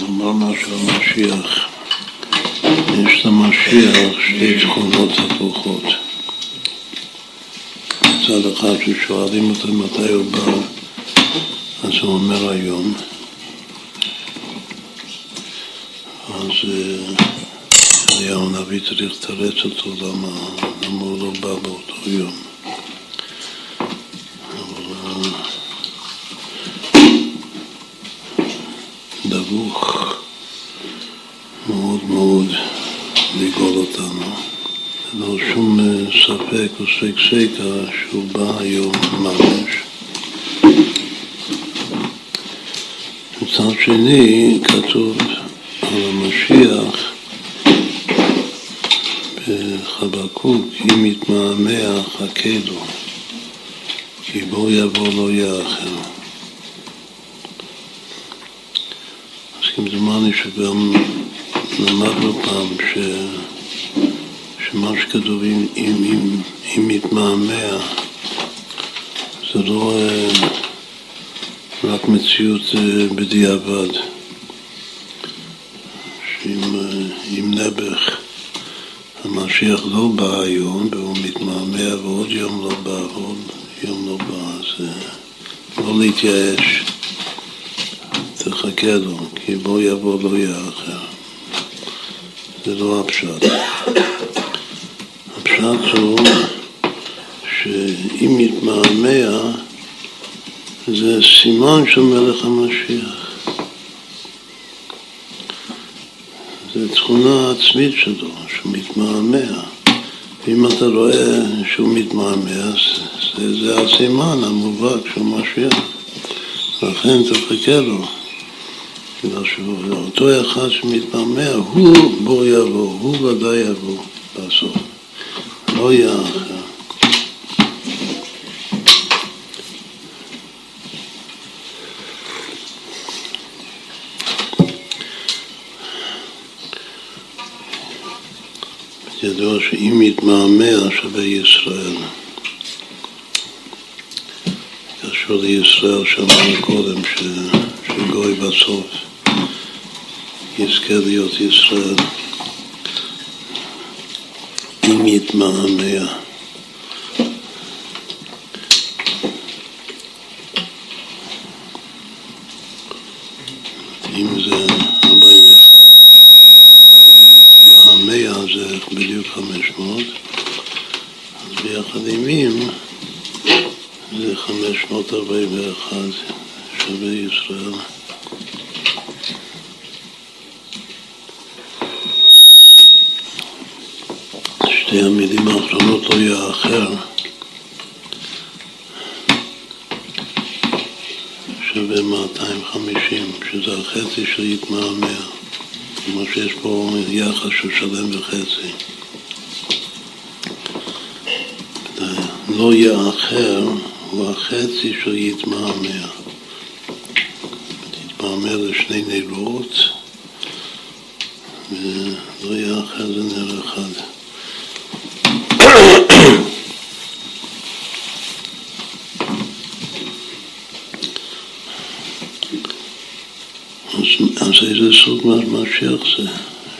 אמרנו שהמשיח, יש למשיח שתי תכונות הפוכות. מצד אחד ששואלים אותו מתי הוא בא, אז הוא אומר היום. אז אליהו הנביא צריך לתרץ אותו למה הוא לא בא באותו יום. דבוך מאוד מאוד לגאול אותנו. לא שום ספק או ספק שהוא בא היום ממש. מצד שני כתוב על המשיח בחבקוק, אם יתמהמה חכה לו, כי בו יבוא לא יאחר. אז כמדומני שגם למדנו פעם שמה שכתוב אם יתמהמה זה לא רק מציאות בדיעבד, שאם נעבך המשיח לא בא היום והוא מתמהמה ועוד יום לא בא ועוד יום לא בא, אז לא להתייאש, תחכה לו, כי בוא יבוא לא יאחר. זה לא הפשט. הפשט הוא שאם יתמהמה זה סימן של מלך המשיח. זה תכונה עצמית שלו, שהוא מתמהמה. אם אתה רואה שהוא מתמהמה, זה הסימן המובהק של משיח. לכן תחכה לו. אותו אחד שמתמהמה, הוא בוא יבוא, הוא ודאי יבוא בסוף. לא יאחר. ידוע שאם יתמהמה שווה ישראל. קשור לישראל שאמרנו קודם שגוי בסוף יזכה להיות ישראל. אם יתמהמה. אם זה 41, מתמהמה זה בדיוק 500, אז ביחד עם אם זה 541 שווה ישראל. שתי המילים האחרונות לא יאחר שווה 250, שזה החצי של יתמהמה. כמו שיש פה יחס של שלם וחצי. לא יאחר הוא החצי של יתמהמה. יתמהמה לשני נרות, ולא יאחר זה נר אחד. אז איזה סוג משיח זה?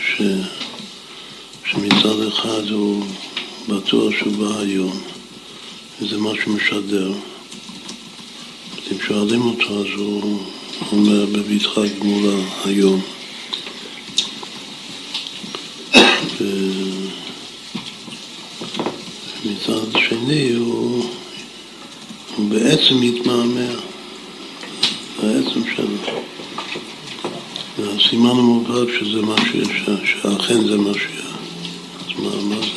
שמצד אחד הוא בטוח שהוא בא היום, וזה מה שמשדר. אם שואלים אותו, אז הוא אומר בביטחה גמולה היום. ומצד שני הוא בעצם מתמהמה. בעצם שלו. הסימן המובהק שזה משיח, שאכן זה משיח. אז מה זה?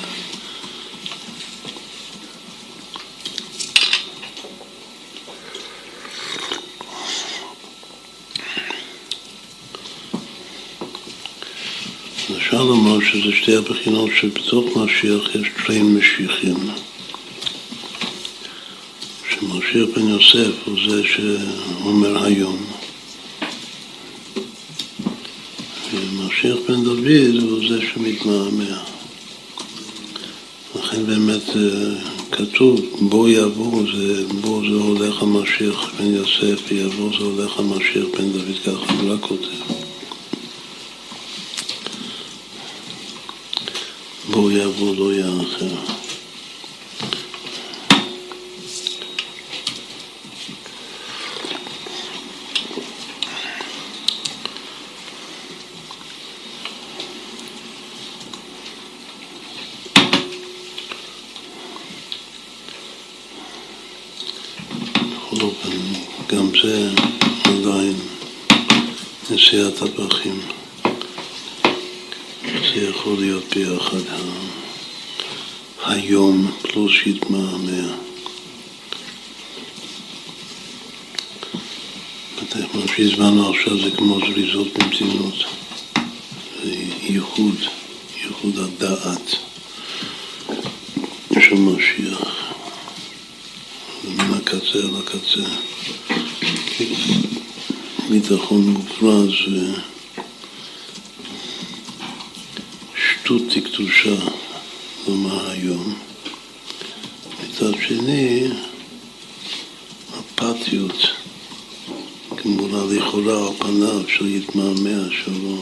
אפשר לומר שזה שתי הבחינות שבתוך משיח יש טרין משיחים. שמשיח בן יוסף הוא זה שאומר היום. משיח בן דוד הוא זה שמתמהמה. לכן באמת כתוב בו יבוא, בו זה הולך המשיח בן יוסף, ויבוא זה הולך המשיח בן דוד, ככה הוא רק כותב. בו יבוא לא יאחר. בכל אופן, גם זה עדיין נשיאת הפכים. זה יכול להיות ביחד היום פלוס יתמהמה. מה שהזמנו עכשיו זה כמו זריזות במתינות. זה ייחוד הדעת של משיח. ומן הקצה אל הקצה. ביטחון מופרז שטות תקדושה, לומר היום. מצד שני, אפתיות, כמולה לכאורה על פניו של יתמהמה, שלא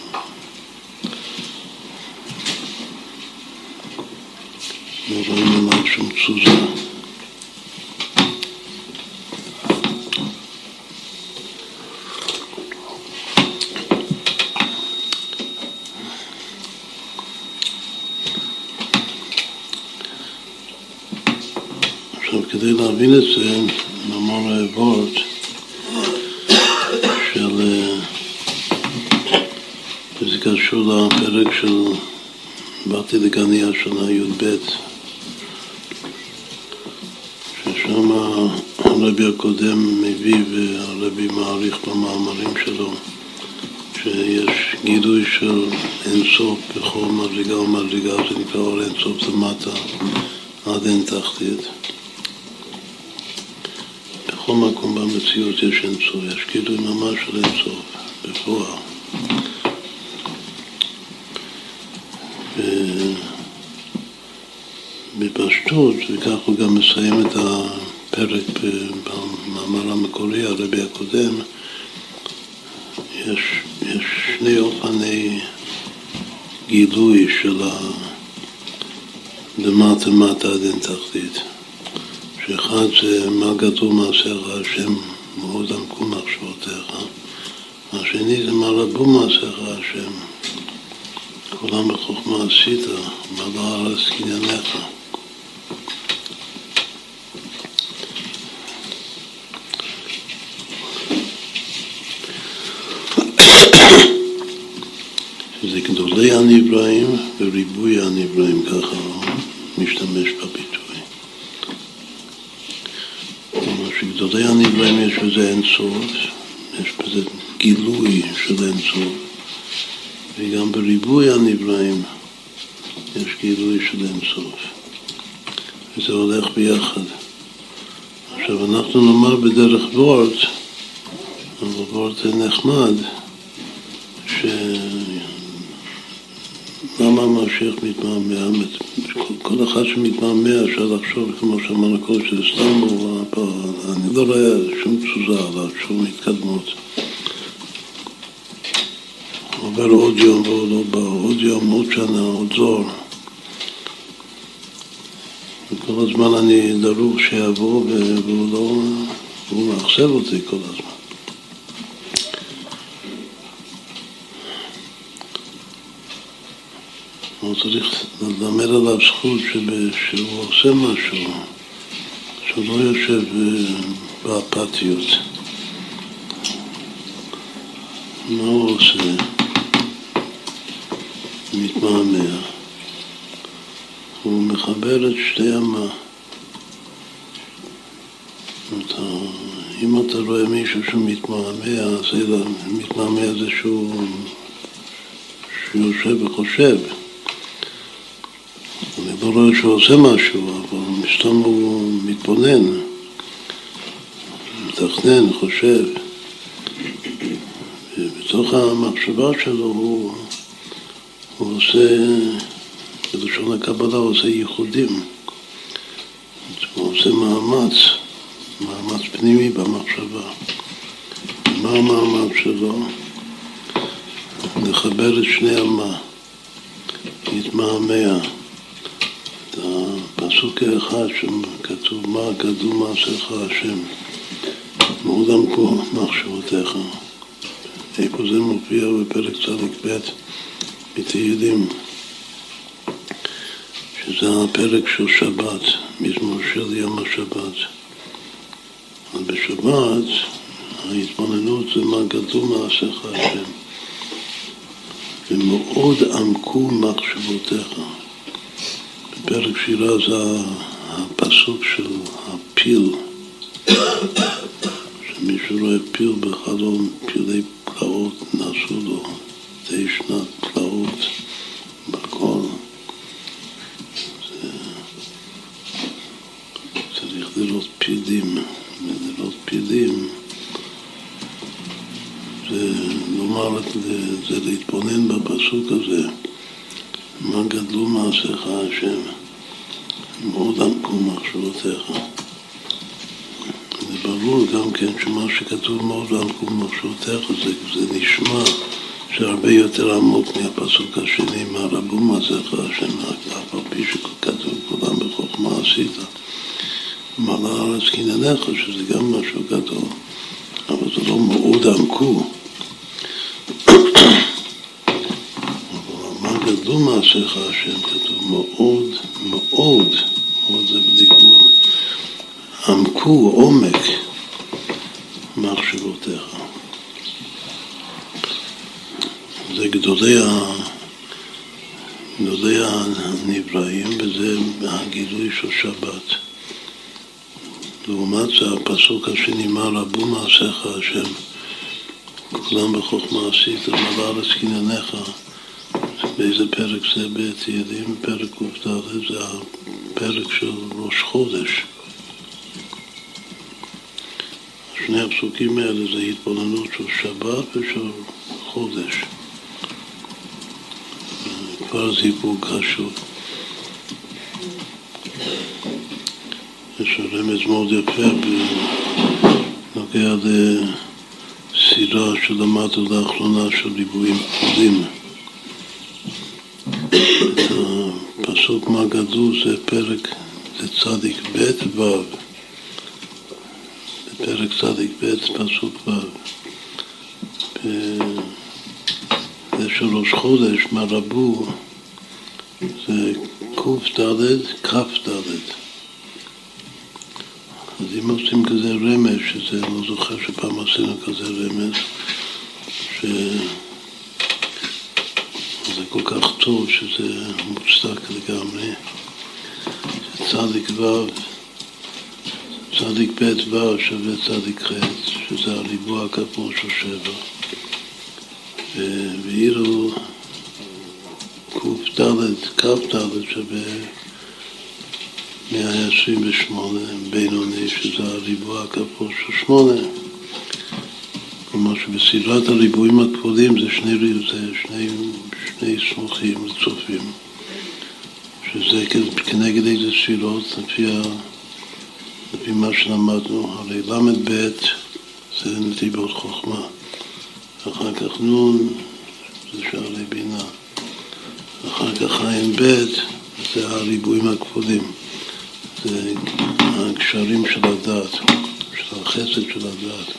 רואים עליו שום תזוזה. עכשיו, כדי להבין את זה, נאמר וורט זה קשור לפרק של באתי לגניה שנה י"ב, ששם הרבי הקודם מביא והרבי מעריך במאמרים שלו שיש גילוי של אינסוף בכל מדרגה ומדרגה, זה נקרא אור אינסוף למטה עד אין תחתית. בכל מקום במציאות יש אינסוף, יש גילוי ממש של אינסוף בפועל. בפשטות, וכך הוא גם מסיים את הפרק במאמר המקורי, הרבי הקודם, יש שני אופני גילוי של למטה עד אין תחתית. שאחד זה מה גדול מעשיך השם מאוד עמקו מחשבותיך. השני זה מה רבו מעשיך השם. כולם בחוכמה עשית, מלא הארץ קנייניך. שזה גדולי הנבראים וריבוי הנבראים, ככה משתמש בביטוי. כלומר שגדולי הנבראים יש בזה אין סוף, יש בזה גילוי של אין סוף. וגם בריבוי הנבראים יש גילוי של אין סוף. וזה הולך ביחד. עכשיו אנחנו נאמר בדרך וורט, אבל וורט זה נחמד, למה המשיח מתמהמה? כל אחד שמתמהמה אפשר לחשוב, כמו שאמרנו קודם, שזה סתם אני לא רואה שום תזוזה עליו, שום התקדמות. עובר עוד יום ועוד לא בא, עוד יום, עוד שנה, עוד זור. וכל הזמן אני דרוך שיבוא והוא מאכזב אותי כל הזמן. הוא צריך ללמד עליו זכות שהוא עושה משהו, שהוא לא יושב באפתיות. מה הוא עושה? מתמהמה. הוא מחבר את שתי המה. אם אתה רואה מישהו שהוא מתמהמה, אז מתמהמה זה שהוא יושב וחושב. אני לא רואה שהוא עושה משהו, אבל מסתם הוא מתבונן, מתכנן, חושב. ובתוך המחשבה שלו הוא עושה, בלשון הקבלה הוא עושה ייחודים. הוא עושה מאמץ פנימי במחשבה. מה המאמץ שלו? לחבר את שני המה. יתמהמה. הפסוק האחד שכתוב מה גדול מעשיך השם, מאוד עמקו מחשבותיך. איפה זה מופיע בפרק צדיק ב' בתהילים, שזה הפרק של שבת, מזמור של יום השבת. אז בשבת ההתבוננות זה מה גדול מעשיך השם, ומאוד עמקו מחשבותיך. בפרק שירה זה הפסוק של הפיל, שמישהו רואה פיל בחלום, פילי פלאות נעשו לו, 9 פלאות בכל. צריך לראות פילים, ולראות פילים זה לומר, זה להתבונן בפסוק הזה, מה גדלו מעשיך השם, מאוד עמקו מחשבותיך. זה ברור גם כן שמה שכתוב מאוד עמקו מחשבותיך זה נשמע שהרבה יותר עמוק מהפסוק השני, מה רבו מעשיך השם, אף על פי שכתוב כולם בחוכמה עשית, מעלה הארץ קינניך, שזה גם משהו גדול, אבל זה לא מאוד עמקו. מה גדול מעשיך השם, כתוב מאוד, מאוד, מאוד זה בלי גבול, עמקו, עומק מחשבותיך. זה גדולי הנבראים, וזה הגילוי של שבת. לעומת זה הפסוק השני, מה רבו מעשיך השם, כולם בחוכמה עשית, מעלה הארץ קינניך. באיזה פרק זה בתהילים? פרק ק"ד, זה הפרק של ראש חודש. שני הפסוקים האלה זה התבוננות של שבת ושל חודש. כבר זיווג חשוב. יש רמז מאוד יפה בנוגע לסירה שלמדנו לאחרונה של ריבועים כפולים. את הפסוק מה גדול זה פרק, זה צדיק ב' ו'. בפרק צדיק ב' פסוק ו'. זה של ראש חודש, מה רבו, זה ק"ד, כ"ד. אז אם עושים כזה רמז, שזה לא זוכר שפעם עשינו כזה רמז, זה כל כך טוב שזה מוצדק לגמרי. צדיק ו', צדיק ב' ו' שווה צדיק ח', שזה הריבוע הכפול של 7. ואילו ק"ד, כ"ד שווה 128 בינוני, שזה הריבוע הכפול של 8. כלומר שבסדרת הריבועים הכפולים זה שני סמוכים וצופים, שזה כנגד איזה ספירות, לפי מה שלמדנו. הרי למד ב' זה נתיבות חוכמה, אחר כך נון זה שערי בינה, אחר כך עין ב' זה הריבועים הכפולים, זה הקשרים של הדת, של החסד של הדת.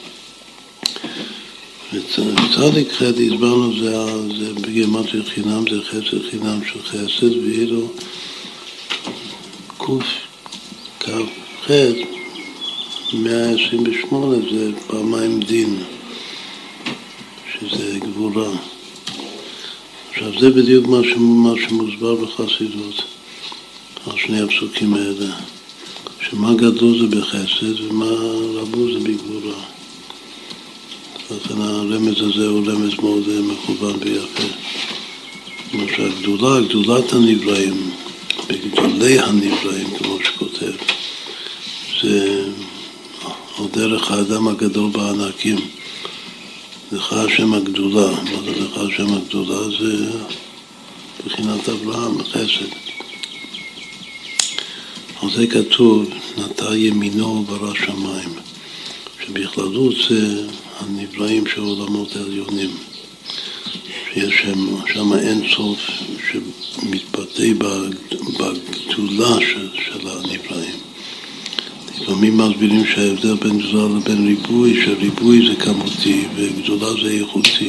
וצדיק ח' הסברנו, זה בגימטריה חינם, זה חסד חינם של חסד, ואילו ק"כ 128 זה פעמיים דין, שזה גבורה. עכשיו זה בדיוק מה שמוסבר בחסידות על שני הפסוקים האלה, שמה גדול זה בחסד ומה רבו זה בגבורה. לכן הרמז הזה הוא רמז מאוד מכוון ויפה. למשל, גדולת הנבראים, בגדולי הנבראים, כמו שכותב, זה על דרך האדם הגדול בענקים. לך השם הגדולה. מה זה לך השם הגדולה? זה בחינת אברהם, חסד. על זה כתוב, נטע ימינו ברא שמיים, שבכללות זה הנבראים של עולמות העליונים, שיש שם אין סוף שמתבטא בגדולה של הנבראים. לפעמים מסבירים שההבדל בין גדולה לבין ריבוי, שריבוי זה כמותי וגדולה זה איכותי.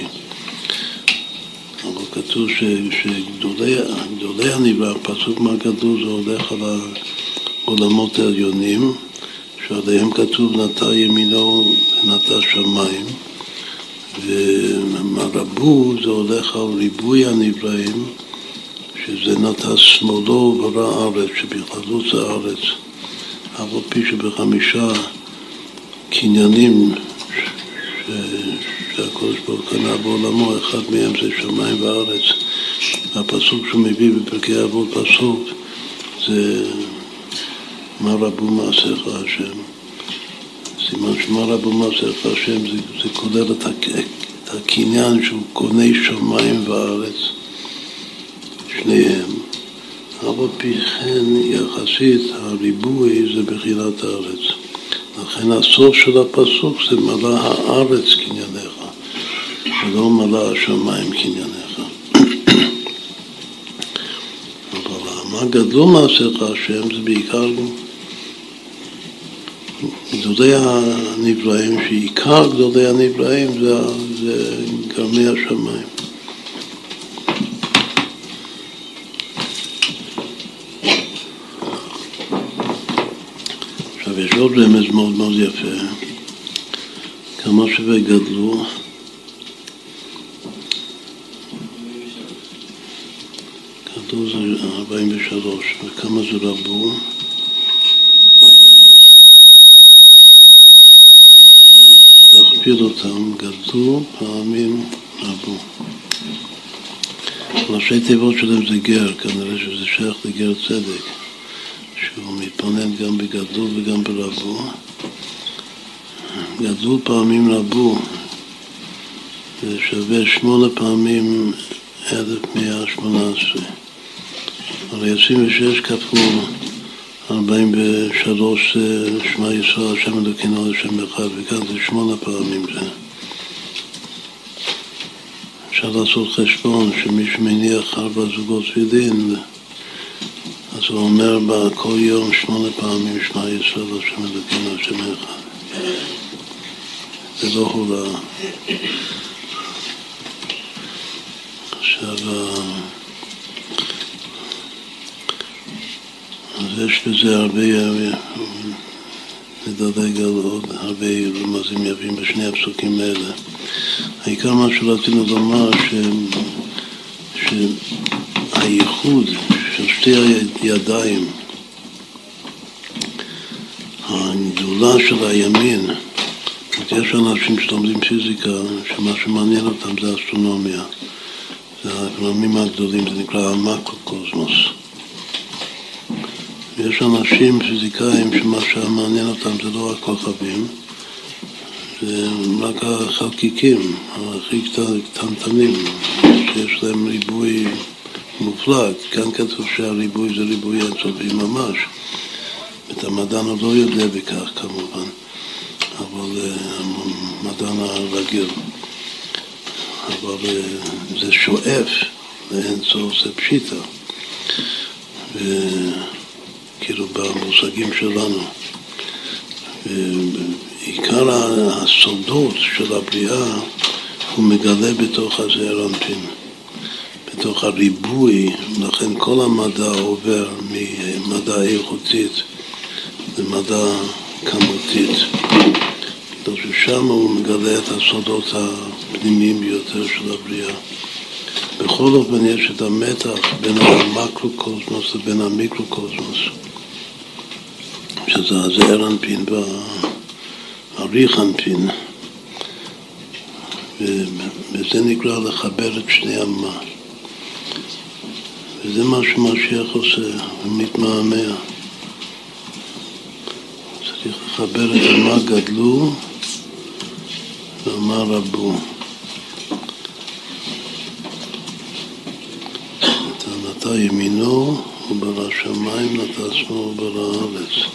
אבל כתוב שגדולי הנברא, הפסוק מהגדול זה הולך על העולמות העליונים, שעליהם כתוב נטע ימינו ונטע שמיים, ומרבו זה הולך על ריבוי הנבראים, שזה נטע שמאלו ברא הארץ, שבכללות זה הארץ. אבל פי שבחמישה קניינים שהקדוש ברוך הוא קנה בעולמו, אחד מהם זה שמיים וארץ. והפסוק שהוא מביא בפרקי אבות בסוף זה מה רבו מעשיך השם. סימן שמה רבו מעשיך השם זה כולל את הקניין שהוא קונה שמיים וארץ, שניהם. אבל פי כן יחסית הריבוי זה בחינת הארץ. לכן הסוף של הפסוק זה מלא הארץ קנייניך, ולא מלא השמיים קנייניך. אבל מה גדלו מעשיך השם זה בעיקר גדולי הנבראים, שעיקר גדולי הנבראים זה גרמי השמיים. יש עוד רמז מאוד מאוד יפה, כמה שווה גדלו, גדלו זה 43, וכמה זה רבו, תכפיל אותם, גדלו פעמים רבו. ראשי תיבות שלהם זה גר, כנראה שזה שייך לגר צדק, שהוא מתפונן גם בגדול וגם ברבו. גדול פעמים רבו זה שווה 8 פעמים 1118. הרי 26 כפול 43 שמע ישראל השם אלוקינו השם אחד, וכאן זה 8 פעמים זה. אפשר לעשות חשבון שמי שמניח 4 זוגות תפילין, אז הוא אומר בכל יום 8 פעמים שמע ישראל השם אלוקינו השם אחד. זה לא הולה. עכשיו, אז יש בזה הרבה, נדלג על עוד הרבה רמזים יפים בשני הפסוקים האלה. העיקר מה שרצינו לומר שהייחוד של שתי הידיים, הגדולה של הימין, יש אנשים שלומדים פיזיקה שמה שמעניין אותם זה אסטרונומיה, זה הגרמים הגדולים, זה נקרא המקרוקוסמוס. ויש אנשים פיזיקאים שמה שמעניין אותם זה לא הכוכבים, זה רק החלקיקים, הכי קטנטנים, שיש להם ריבוי מופלג. כאן כתוב שהריבוי זה ריבוי אינסופי ממש. את המדען עוד לא יודע בכך כמובן, אבל המדען הרגיל. אבל זה שואף לאינסוף, זה פשיטה. כאילו במושגים שלנו. ועיקר הסודות של הבריאה הוא מגלה בתוך הזעיר אנפין, בתוך הריבוי. לכן כל המדע עובר ממדע איכותית למדע כמותית. ששם הוא מגלה את הסודות הפנימיים ביותר של הבריאה. בכל אופן יש את המתח בין המקרוקוסמוס לבין המיקרוקוסמוס, שזה הזעיר אנפין והריח אנפין, וזה נקרא לחבר את שני המה. וזה מה שמשיח עושה, הוא מתמהמה. צריך לחבר את המה גדלו ומה רבו. נטע ימינו וברא שמיים, נטע שמאל וברא הארץ.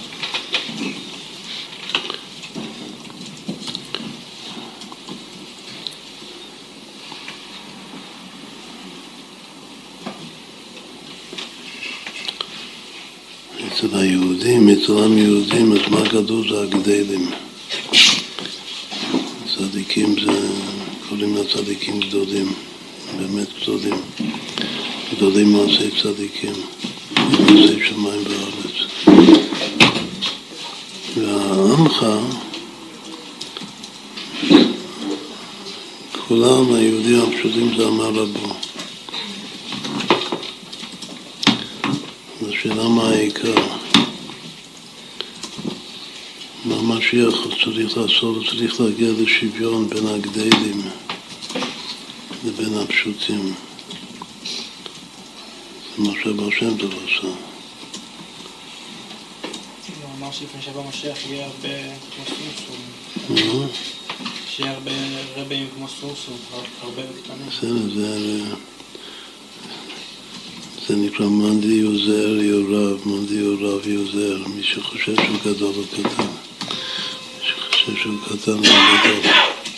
אצל היהודים, אצלם יהודים, אז מה גדול זה הגדלים. צדיקים זה, קוראים לצדיקים גדולים, באמת גדולים. גדולים מעשי צדיקים, מעשי שמיים בארץ. והעמך, כולם היהודים הפשוטים זה אמר רבו. השאלה מה העיקר? מה המשיח צריך לעשות? הוא צריך להגיע לשוויון בין הגדלים לבין הפשוטים. זה מה שהבר שם טוב עשה. הוא אמר שלפני שבא משיח יהיה הרבה כמו סומסום. שיהיה הרבה רבים כמו סומסום, הרבה קטנים. זה נקרא מנדי יוזר יורב, מנדי יורב יוזר. מי שחושב שהוא גדול הוא קטן. מי שחושב שהוא קטן הוא גדול.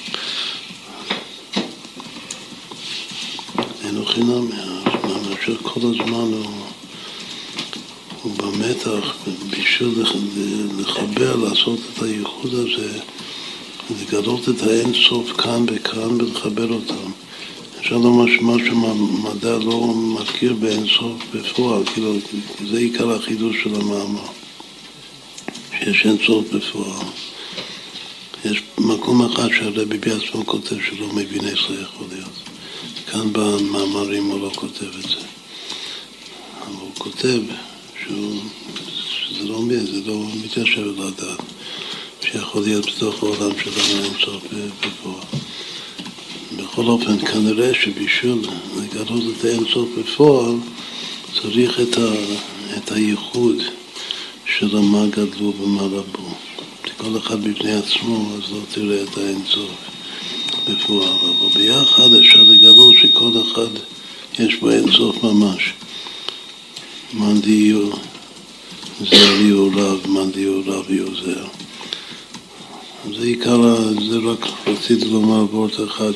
אינו חינם, מאשר כל הזמן הוא במתח, בשביל לחבר, לעשות את הייחוד הזה, לגלות את האין סוף כאן וכאן ולחבר אותם. אפשר לומר שמה שמדע לא מכיר באין סוף בפועל, כאילו זה עיקר החידוש של המאמר, שיש אין סוף בפועל. יש מקום אחד שהרבי בעצמו כותב שלא מבין איך זה יכול להיות. כאן במאמרים הוא לא כותב את זה. אבל הוא כותב שזה לא מתיישב לדעת, שיכול להיות בתוך העולם שלנו אין סוף בפועל. בכל אופן, כנראה שבשביל לגלות את האין סוף בפועל, צריך את הייחוד של מה גדלו ומה רבו. כל אחד בפני עצמו, אז לא תראה את האין סוף בפועל. אבל ביחד אפשר לגלות שכל אחד יש בו אין סוף ממש. מאן דיו זר רב, מאן דיו רב יוזר. זה עיקר, זה רק רציתי לומר וורט אחד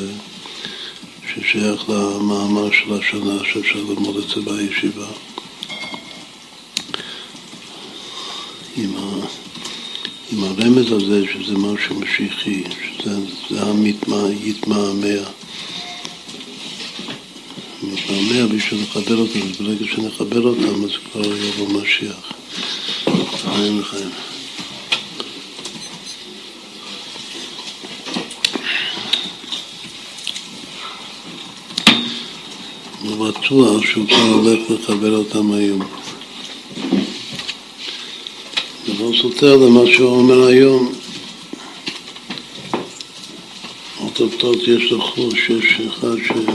ששייך למאמר של השנה שאפשר ללמוד את זה בישיבה. עם הרמז הזה שזה משהו משיחי, שזה יתמהמה. מתמהמה בשביל לחבר אותם, וברגע שנחבר אותם אז כבר יבוא משיח. חיים וחיים. הוא בטוח שהוא כבר הולך לחבר אותם היום. זה לא סותר למה שהוא אומר היום. אוטוטוט יש לו חוש, יש אחד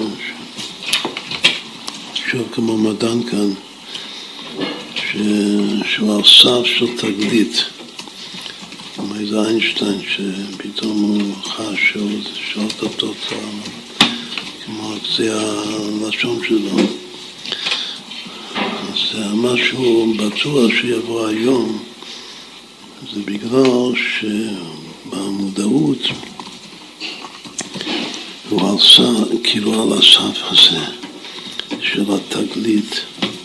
שוב כמו מדען כאן, שהוא על סף של תגלית. כמו איזה איינשטיין שפתאום הוא חש שאוטוטוט כמו קצה הלשון שלו. אז משהו בטוח שיבוא היום, זה בגלל שבמודעות הוא על סף, כאילו על הסף הזה של התגלית,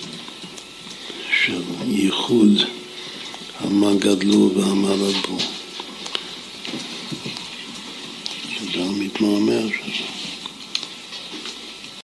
של ייחוד, על מה גדלו ומה רבו. שזה המתמהמה שלו.